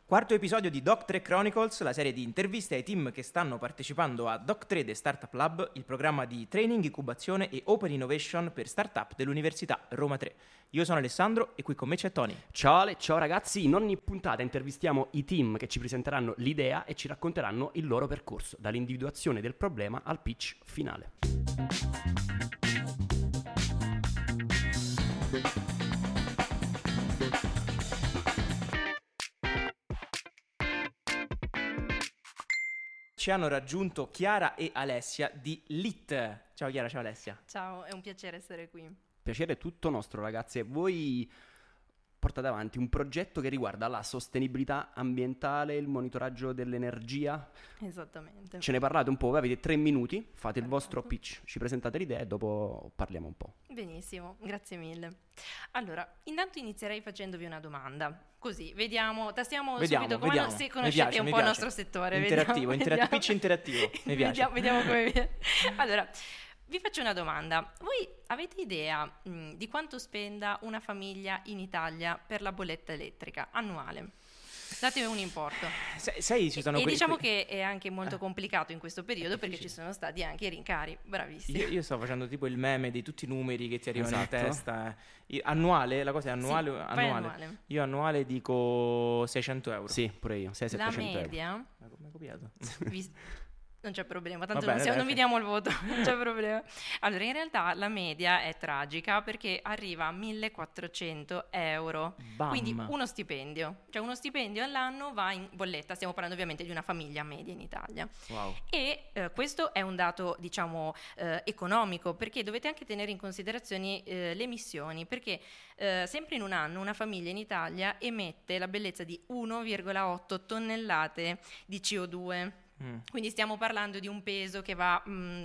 Quarto episodio di Doc3 Chronicles, la serie di interviste ai team che stanno partecipando a Doc3 The Startup Lab, il programma di training, incubazione e open innovation per startup dell'Università Roma 3. Io sono Alessandro e qui con me c'è Tony. Ciao Ale, ciao ragazzi, in ogni puntata intervistiamo i team che ci presenteranno l'idea e ci racconteranno il loro percorso, dall'individuazione del problema al pitch finale. Ci hanno raggiunto Chiara e Alessia di LIT. Ciao Chiara, ciao Alessia. Ciao, è un piacere essere qui. Piacere tutto nostro ragazzi, e voi portate avanti un progetto che riguarda la sostenibilità ambientale, il monitoraggio dell'energia. Esattamente. Ce ne parlate un po', voi avete 3 minuti, fate il vostro pitch, ci presentate l'idea e dopo parliamo un po'. Benissimo, grazie mille. Allora, intanto inizierei facendovi una domanda. Così, tastiamo subito come se conoscete un po' il nostro settore. Interattivo, pitch interattivo, mi piace. Vediamo come viene. Allora, vi faccio una domanda. Voi avete idea di quanto spenda una famiglia in Italia per la bolletta elettrica annuale? Datemi un importo. Ci sono diciamo che è anche molto complicato in questo periodo perché ci sono stati anche i rincari. Bravissimi. Io sto facendo tipo il meme di tutti i numeri che ti arrivano Esatto. in testa. Annuale? La cosa è annuale? Sì, annuale. Io annuale dico 600 euro. Sì, pure io, 600-700 La euro. media? Ma come hai copiato? Non c'è problema, tanto Va bene, non vi diamo il voto, non c'è problema. Allora, in realtà la media è tragica perché arriva a 1.400 euro, Bam. quindi uno stipendio. Cioè uno stipendio all'anno va in bolletta, stiamo parlando ovviamente di una famiglia media in Italia. Wow. E questo è un dato, diciamo, economico, perché dovete anche tenere in considerazione le emissioni, perché sempre in un anno una famiglia in Italia emette la bellezza di 1,8 tonnellate di CO2. Quindi stiamo parlando di un peso che va,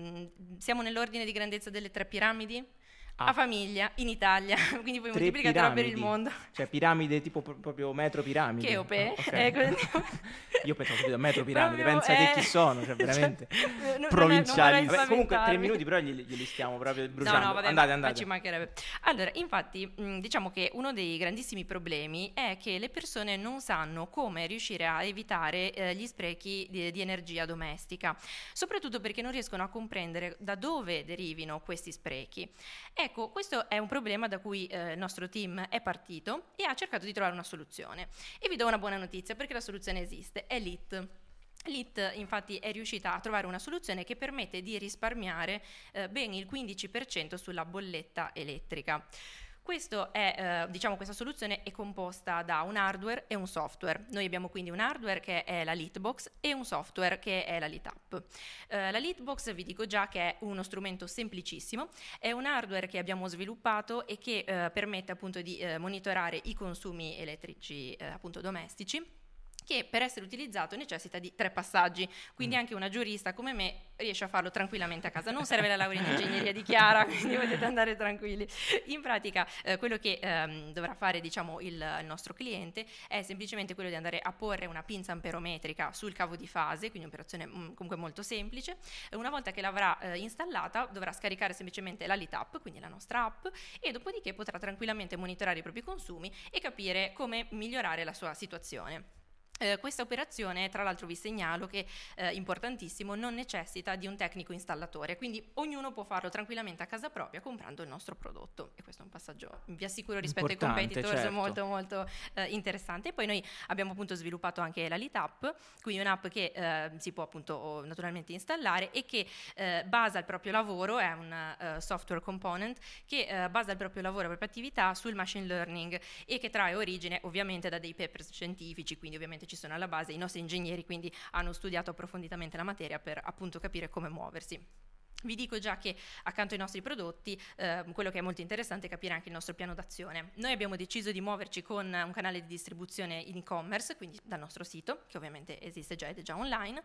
siamo nell'ordine di grandezza delle 3 piramidi a famiglia in Italia, quindi poi moltiplicatelo per il mondo. Cioè piramide tipo proprio metro piramide. Cheope, Okay. Io pensavo subito a metro piramide, pensate chi sono, cioè veramente provinciali. Vabbè, comunque 3 minuti però glieli stiamo proprio bruciando. No, vabbè, andate. ma ci mancherebbe. Allora, infatti, diciamo che uno dei grandissimi problemi è che le persone non sanno come riuscire a evitare gli sprechi di energia domestica, soprattutto perché non riescono a comprendere da dove derivino questi sprechi. Ecco, questo è un problema da cui il nostro team è partito e ha cercato di trovare una soluzione. E vi do una buona notizia perché la soluzione esiste, è LIT. LIT infatti è riuscita a trovare una soluzione che permette di risparmiare ben il 15% sulla bolletta elettrica. Questa soluzione è composta da un hardware e un software. Noi abbiamo quindi un hardware che è la Litbox e un software che è la LitApp. La Litbox vi dico già che è uno strumento semplicissimo, è un hardware che abbiamo sviluppato e che permette appunto di monitorare i consumi elettrici appunto domestici, che per essere utilizzato necessita di 3 passaggi, quindi anche una giurista come me riesce a farlo tranquillamente a casa. Non serve la laurea in ingegneria di Chiara, quindi potete andare tranquilli. In pratica quello che dovrà fare, diciamo, il nostro cliente è semplicemente quello di andare a porre una pinza amperometrica sul cavo di fase, quindi un'operazione comunque molto semplice. Una volta che l'avrà installata dovrà scaricare semplicemente la LitApp, quindi la nostra app, e dopodiché potrà tranquillamente monitorare i propri consumi e capire come migliorare la sua situazione. Questa operazione, tra l'altro vi segnalo che importantissimo, non necessita di un tecnico installatore, quindi ognuno può farlo tranquillamente a casa propria comprando il nostro prodotto, e questo è un passaggio, vi assicuro, rispetto ai competitors, certo. molto molto interessante. E poi noi abbiamo appunto sviluppato anche la LitApp, quindi un'app che si può appunto naturalmente installare e che basa il proprio lavoro, è un software component che basa il proprio lavoro, la propria attività sul machine learning e che trae origine ovviamente da dei papers scientifici, quindi ovviamente ci sono alla base i nostri ingegneri, quindi hanno studiato approfonditamente la materia per appunto capire come muoversi. Vi dico già che accanto ai nostri prodotti quello che è molto interessante è capire anche il nostro piano d'azione. Noi abbiamo deciso di muoverci con un canale di distribuzione in e-commerce, quindi dal nostro sito, che ovviamente esiste già ed è già online,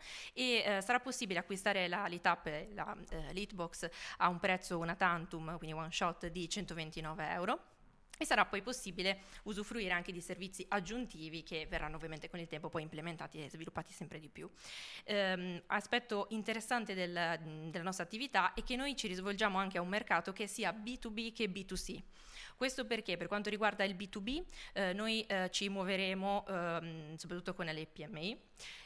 e sarà possibile acquistare la LitApp e la Litbox a un prezzo una tantum, quindi one shot, di 129 euro. E sarà poi possibile usufruire anche di servizi aggiuntivi che verranno ovviamente con il tempo poi implementati e sviluppati sempre di più. Aspetto interessante della nostra attività è che noi ci rivolgiamo anche a un mercato che sia B2B che B2C. Questo perché per quanto riguarda il B2B noi ci muoveremo soprattutto con le PMI.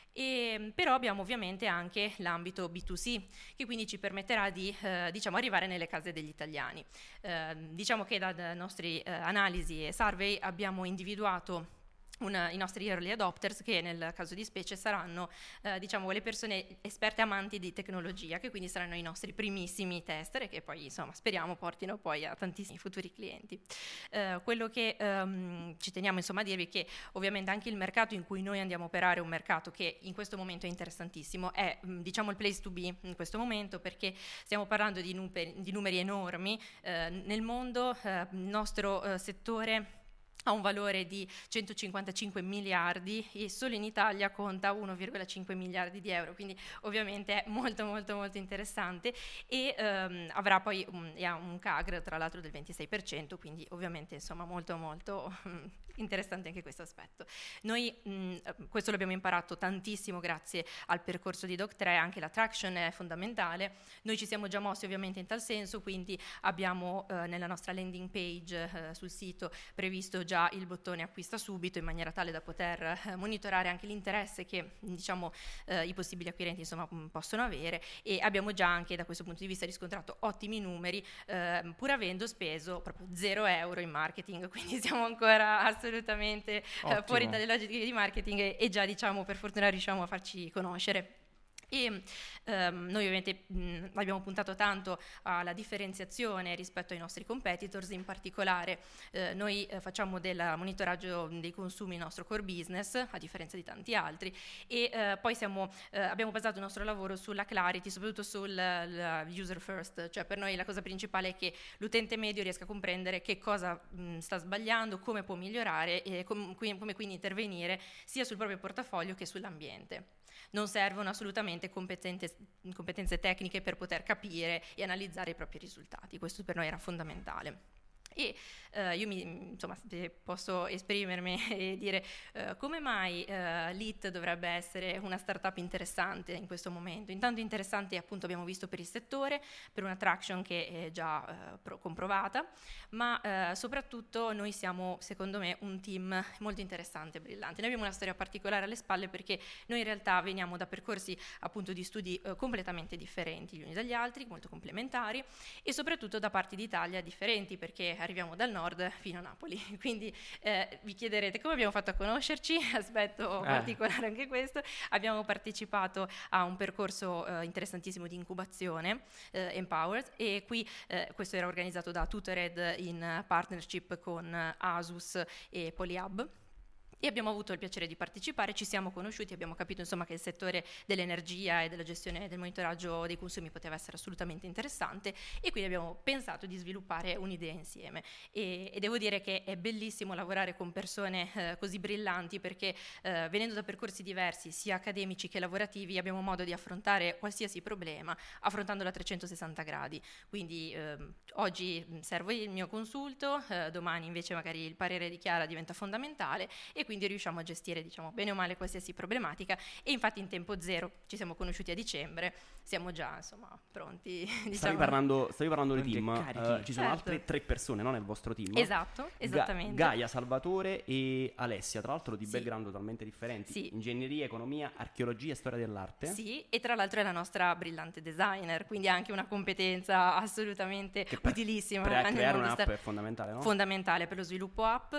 Però abbiamo ovviamente anche l'ambito B2C, che quindi ci permetterà di arrivare nelle case degli italiani. Diciamo che da nostre analisi e survey abbiamo individuato i nostri early adopters, che nel caso di specie saranno le persone esperte amanti di tecnologia, che quindi saranno i nostri primissimi tester e che poi speriamo portino poi a tantissimi futuri clienti. Quello che ci teniamo a dirvi è che ovviamente anche il mercato in cui noi andiamo a operare è un mercato che in questo momento è interessantissimo, è il place to be in questo momento, perché stiamo parlando di numeri enormi nel mondo. Il nostro settore ha un valore di 155 miliardi e solo in Italia conta 1,5 miliardi di euro, quindi ovviamente è molto molto molto interessante e avrà poi un CAGR tra l'altro del 26%, quindi ovviamente molto molto interessante anche questo aspetto. Noi questo l'abbiamo imparato tantissimo grazie al percorso di Doc3, anche la traction è fondamentale. Noi ci siamo già mossi ovviamente in tal senso, quindi abbiamo nella nostra landing page sul sito previsto già il bottone acquista subito, in maniera tale da poter monitorare anche l'interesse che i possibili acquirenti possono avere, e abbiamo già anche da questo punto di vista riscontrato ottimi numeri pur avendo speso proprio 0 euro in marketing, quindi siamo ancora assolutamente fuori dalle logiche di marketing e già per fortuna riusciamo a farci conoscere. E noi ovviamente abbiamo puntato tanto alla differenziazione rispetto ai nostri competitors, in particolare noi facciamo del monitoraggio dei consumi il nostro core business, a differenza di tanti altri, e poi abbiamo basato il nostro lavoro sulla clarity, soprattutto sul user first, cioè per noi la cosa principale è che l'utente medio riesca a comprendere che cosa sta sbagliando, come può migliorare e come quindi intervenire sia sul proprio portafoglio che sull'ambiente. Non servono assolutamente competenze tecniche per poter capire e analizzare i propri risultati, questo per noi era fondamentale. E io se posso esprimermi e dire come mai LIT dovrebbe essere una startup interessante in questo momento. Intanto interessante appunto abbiamo visto per il settore, per una traction che è già comprovata, ma soprattutto noi siamo secondo me un team molto interessante e brillante. Noi abbiamo una storia particolare alle spalle, perché noi in realtà veniamo da percorsi appunto di studi completamente differenti gli uni dagli altri, molto complementari, e soprattutto da parti d'Italia differenti, perché arriviamo dal nord fino a Napoli, quindi vi chiederete come abbiamo fatto a conoscerci. Aspetto particolare anche questo. Abbiamo partecipato a un percorso interessantissimo di incubazione Empowered, e qui questo era organizzato da Tutored in partnership con Asus e Polyhub. E abbiamo avuto il piacere di partecipare, ci siamo conosciuti, abbiamo capito che il settore dell'energia e della gestione del monitoraggio dei consumi poteva essere assolutamente interessante, e quindi abbiamo pensato di sviluppare un'idea insieme. E devo dire che è bellissimo lavorare con persone così brillanti, perché venendo da percorsi diversi, sia accademici che lavorativi, abbiamo modo di affrontare qualsiasi problema affrontandolo a 360 gradi. Quindi oggi servo il mio consulto, domani invece magari il parere di Chiara diventa fondamentale, e quindi riusciamo a gestire bene o male qualsiasi problematica. E infatti in tempo zero ci siamo conosciuti a dicembre, siamo già pronti. Stavi parlando di team, ci sono altre 3 persone, no, nel vostro team? Esatto, esattamente. Gaia, Salvatore e Alessia, tra l'altro di sì. background totalmente differenti, sì. Ingegneria, economia, archeologia e storia dell'arte. Sì, e tra l'altro è la nostra brillante designer, quindi ha anche una competenza assolutamente utilissima. Per creare un'app è fondamentale, no? Fondamentale per lo sviluppo app,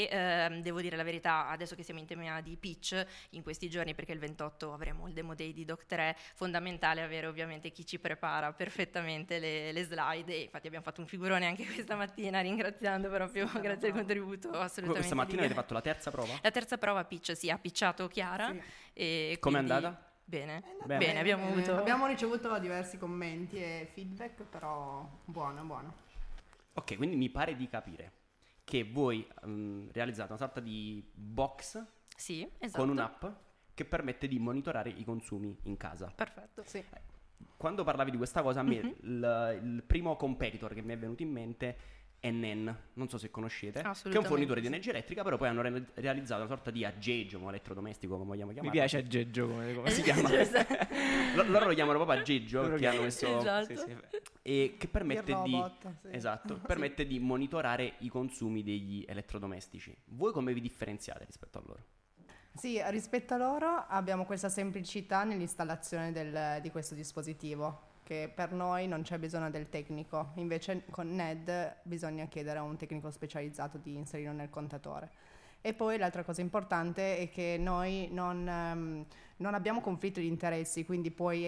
e devo dire la verità, adesso che siamo in tema di pitch in questi giorni, perché il 28 avremo il demo day di Doc3, fondamentale avere ovviamente chi ci prepara perfettamente le slide, e infatti abbiamo fatto un figurone anche questa mattina, ringraziando proprio grazie al contributo assolutamente. Questa mattina avete fatto la terza prova? La terza prova pitch, sì, ha pitchato Chiara. Sì. E com'è quindi... andata? Bene, Bene. Abbiamo ricevuto diversi commenti e feedback, però buono. Ok, quindi mi pare di capire che voi realizzate una sorta di box, sì, esatto, con un'app che permette di monitorare i consumi in casa. Perfetto, sì. Quando parlavi di questa cosa, a me il primo competitor che mi è venuto in mente NN, non so se conoscete, che è un Assolutamente fornitore di sì. energia elettrica, però poi hanno realizzato una sorta di aggeggio, un elettrodomestico, come vogliamo Mi chiamarlo. piace aggeggio come si chiama. Loro lo chiamano proprio aggeggio, Loro perché hanno questo... Esatto. Sì, sì. E che permette Il di... robot, sì. Esatto, permette di monitorare i consumi degli elettrodomestici. Voi come vi differenziate rispetto a loro? Sì, rispetto a loro abbiamo questa semplicità nell'installazione di questo dispositivo, che per noi non c'è bisogno del tecnico, invece con NED bisogna chiedere a un tecnico specializzato di inserirlo nel contatore. E poi l'altra cosa importante è che noi non abbiamo conflitto di interessi, quindi puoi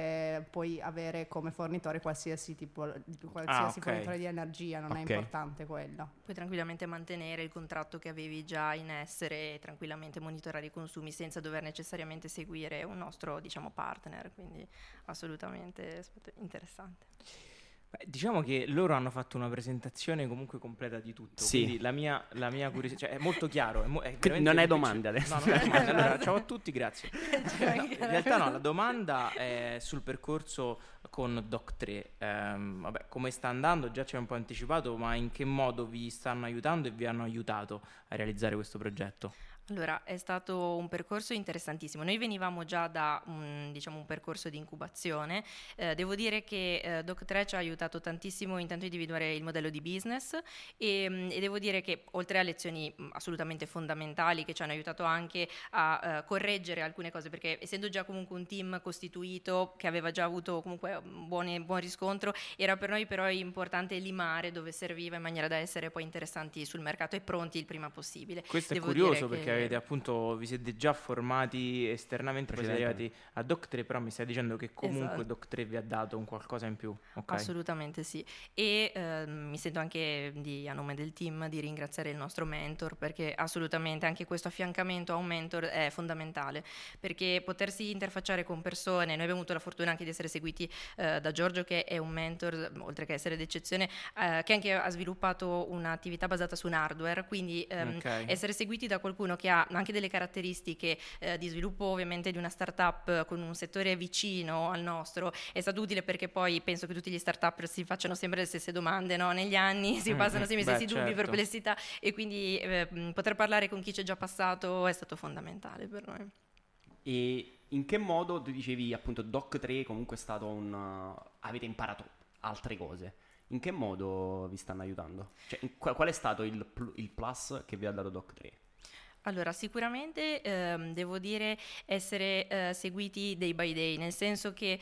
avere come fornitore qualsiasi ok. fornitore di energia, non è Ok. importante quello. Puoi tranquillamente mantenere il contratto che avevi già in essere e tranquillamente monitorare i consumi senza dover necessariamente seguire un nostro, diciamo, partner, quindi assolutamente interessante. Beh, diciamo che loro hanno fatto una presentazione comunque completa di tutto. Sì. Quindi la mia curiosità, cioè è molto chiaro. È veramente Non hai difficile. domande adesso. No, non hai domande. Allora, ciao a tutti, grazie. No, in realtà no, la domanda è sul percorso con Doc3. Vabbè, come sta andando? Già ci hai un po' anticipato, ma in che modo vi stanno aiutando e vi hanno aiutato a realizzare questo progetto? Allora, è stato un percorso interessantissimo. Noi venivamo già da un percorso di incubazione. Devo dire che Doc3 ci ha aiutato tantissimo intanto a individuare il modello di business e devo dire che oltre a lezioni assolutamente fondamentali che ci hanno aiutato anche a correggere alcune cose, perché essendo già comunque un team costituito che aveva già avuto comunque un buon riscontro, era per noi però importante limare dove serviva in maniera da essere poi interessanti sul mercato e pronti il prima possibile. Questo Devo è curioso dire perché che- avete appunto, vi siete già formati esternamente, poi siete arrivati a Doc3, però mi stai dicendo che comunque Esatto. Doc3 vi ha dato un qualcosa in più, ok? Assolutamente sì, e mi sento anche a nome del team di ringraziare il nostro mentor, perché assolutamente anche questo affiancamento a un mentor è fondamentale, perché potersi interfacciare con persone, noi abbiamo avuto la fortuna anche di essere seguiti da Giorgio, che è un mentor, oltre che essere d'eccezione, che anche ha sviluppato un'attività basata su un hardware, quindi Ok. essere seguiti da qualcuno che ha anche delle caratteristiche di sviluppo ovviamente di una startup con un settore vicino al nostro è stato utile, perché poi penso che tutti gli startup si facciano sempre le stesse domande, no? Negli anni si passano sempre i beh, stessi dubbi, certo. perplessità, e quindi poter parlare con chi c'è già passato è stato fondamentale per noi. E in che modo, tu dicevi appunto Doc3 comunque è stato avete imparato altre cose. In che modo vi stanno aiutando? Cioè, qual è stato il plus che vi ha dato Doc3? Allora, sicuramente devo dire essere seguiti day by day, nel senso che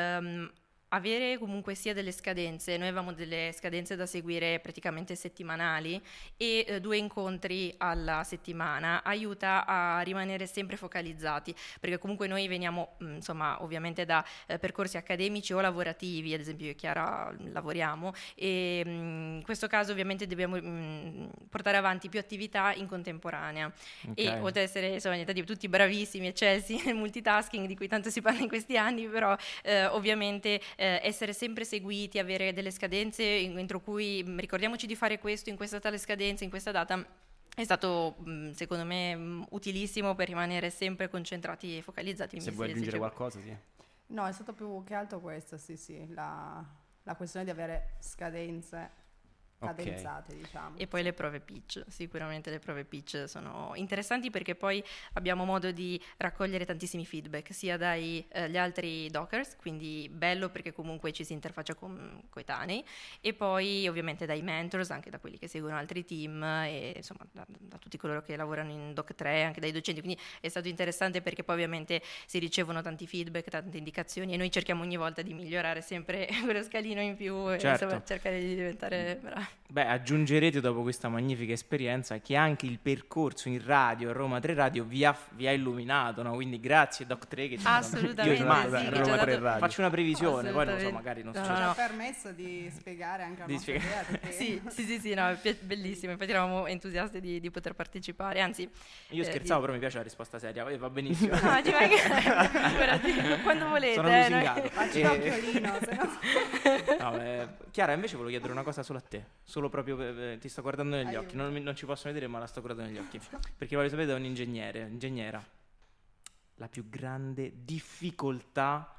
avere comunque sia delle scadenze, noi avevamo delle scadenze da seguire praticamente settimanali e 2 incontri alla settimana aiuta a rimanere sempre focalizzati, perché comunque noi veniamo insomma ovviamente da percorsi accademici o lavorativi, ad esempio io e Chiara lavoriamo e in questo caso ovviamente dobbiamo portare avanti più attività in contemporanea e Ok. oltre ad essere insomma tutti bravissimi, eccessi nel multitasking di cui tanto si parla in questi anni, però ovviamente essere sempre seguiti, avere delle scadenze entro cui ricordiamoci di fare questo in questa tale scadenza, in questa data, è stato secondo me utilissimo per rimanere sempre concentrati e focalizzati. Se vuoi aggiungere qualcosa, sì. No, è stato più che altro questo, sì, la questione di avere scadenze cadenzate, diciamo. E poi le prove pitch, sicuramente le prove pitch sono interessanti perché poi abbiamo modo di raccogliere tantissimi feedback sia dagli altri dockers, quindi bello perché comunque ci si interfaccia con coetanei, e poi ovviamente dai mentors, anche da quelli che seguono altri team e insomma da tutti coloro che lavorano in Doc3, anche dai docenti, quindi è stato interessante perché poi ovviamente si ricevono tanti feedback, tante indicazioni e noi cerchiamo ogni volta di migliorare sempre quello scalino in più e Certo. insomma cercare di diventare bravi. Beh, aggiungerete dopo questa magnifica esperienza che anche il percorso in radio, Roma 3 Radio, vi ha illuminato, no? Quindi grazie Doc3 che ci Assolutamente io immagino, sì, che Roma ci ha 3 dato- Radio. faccio una previsione, poi non so, Assolutamente. magari non No, succede. Ci no. ha permesso di spiegare anche la Di nostra idea, perché Sì, no, è bellissimo, infatti eravamo entusiasti di poter partecipare, anzi... Io scherzavo, però mi piace la risposta seria, va benissimo. No, ci manca- Figurati, quando volete. Sono noi- lusingato. facci un occhiolino, se no... No, Chiara, invece volevo chiedere una cosa solo a te, solo proprio ti sto guardando negli occhi, Aiuto. non ci possono vedere ma la sto guardando negli occhi, perché voglio sapere da un ingegnera, la più grande difficoltà,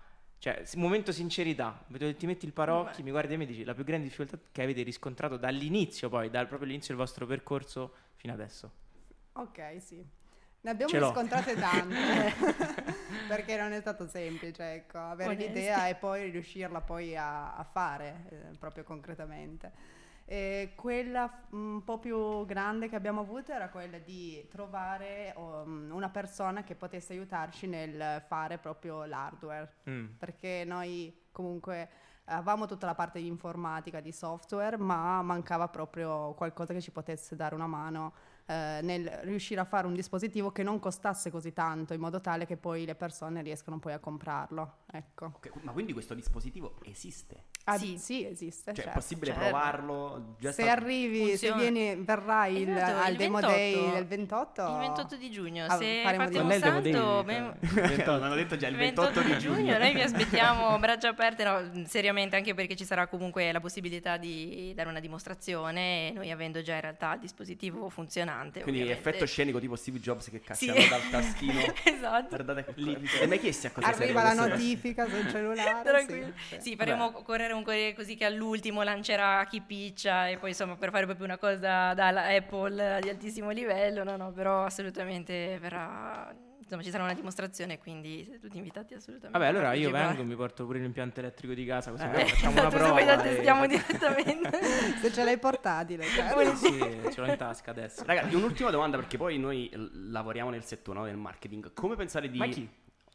Cioè, momento sincerità, ti metti il paraocchi, mi guardi e mi dici la più grande difficoltà che avete riscontrato dall'inizio, poi, proprio l'inizio del vostro percorso fino adesso. Ok, sì. Ne abbiamo Ce l'ho. riscontrate tante, perché non è stato semplice, ecco, avere Onesti. l'idea e poi riuscirla poi a fare proprio concretamente. E quella un po' più grande che abbiamo avuto era quella di trovare una persona che potesse aiutarci nel fare proprio l'hardware, perché noi comunque avevamo tutta la parte di informatica, di software, ma mancava proprio qualcosa che ci potesse dare una mano nel riuscire a fare un dispositivo che non costasse così tanto, in modo tale che poi le persone riescano poi a comprarlo, ecco. Ok, ma quindi questo dispositivo esiste? Sì. Esiste, Cioè certo. è possibile certo. provarlo? Già Se arrivi, se funziona. verrai Esatto, al il Demo 28. Day del 28, Il 28 di giugno, Ah, se faremo fate di- un Non è il Demo Day, salto, L'hanno detto già il 28 di giugno. noi vi aspettiamo braccia aperte, no, seriamente, anche perché ci sarà comunque la possibilità di dare una dimostrazione, e noi avendo già in realtà il dispositivo funzionante. Quindi ovviamente. effetto scenico tipo Steve Jobs che Sì. cacciano dal taschino. Esatto. Guardate lì. Vi siete mai chiesti a cosa arriva serve la questo? notifica sul cellulare. Tranquillo. sì. Sì, faremo correre un corriere così che all'ultimo lancerà chi piccia, e poi insomma per fare proprio una cosa dalla Apple di altissimo livello, no, però assolutamente verrà, insomma ci sarà una dimostrazione, quindi siete tutti invitati assolutamente. Vabbè, allora a io partecipare. vengo, mi porto pure l'impianto elettrico di casa, così poi facciamo una Esatto, prova. poi la e- testiamo direttamente. Se ce l'hai portatile, certo. Sì, ce l'ho in tasca adesso. Ragazzi, un'ultima domanda, perché poi noi lavoriamo nel settore, no, del marketing. Come pensate di... Ma chi?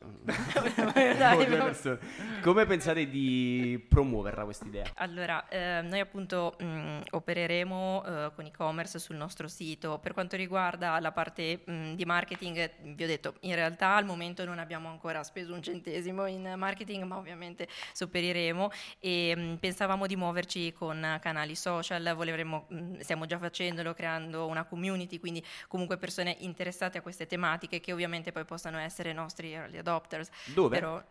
Dai, Due persone. Come pensate di promuoverla questa idea? Allora, noi appunto opereremo con e-commerce sul nostro sito. Per quanto riguarda la parte di marketing, vi ho detto, in realtà al momento non abbiamo ancora speso un centesimo in marketing, ma ovviamente sopperiremo, e pensavamo di muoverci con canali social, stiamo già facendolo, creando una community, quindi comunque persone interessate a queste tematiche che ovviamente poi possano essere nostri early adopters. Dove? Però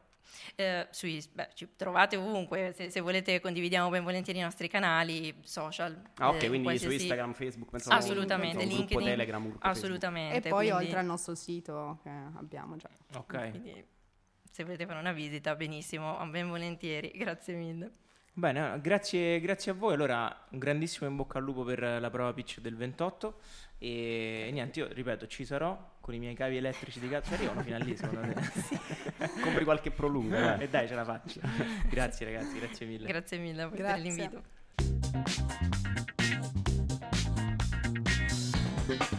ci trovate ovunque, se volete condividiamo ben volentieri i nostri canali social. Ah, ok, quindi su qualsiasi- Instagram, Facebook, pensavo Assolutamente, un gruppo LinkedIn, Telegram, un gruppo assolutamente. E poi quindi- oltre al nostro sito che abbiamo già. Ok. quindi se volete fare una visita, benissimo, ben volentieri, grazie mille. Bene, grazie a voi. Allora, un grandissimo in bocca al lupo per la prova pitch del 28. E niente, io ripeto, ci sarò con i miei cavi elettrici di casa. Ci arrivano fino a lì, secondo te? Facebook. Compri qualche prolunga, dai. E dai, ce la faccio. Grazie ragazzi, grazie mille. Grazie mille a voi per Grazie. l'invito.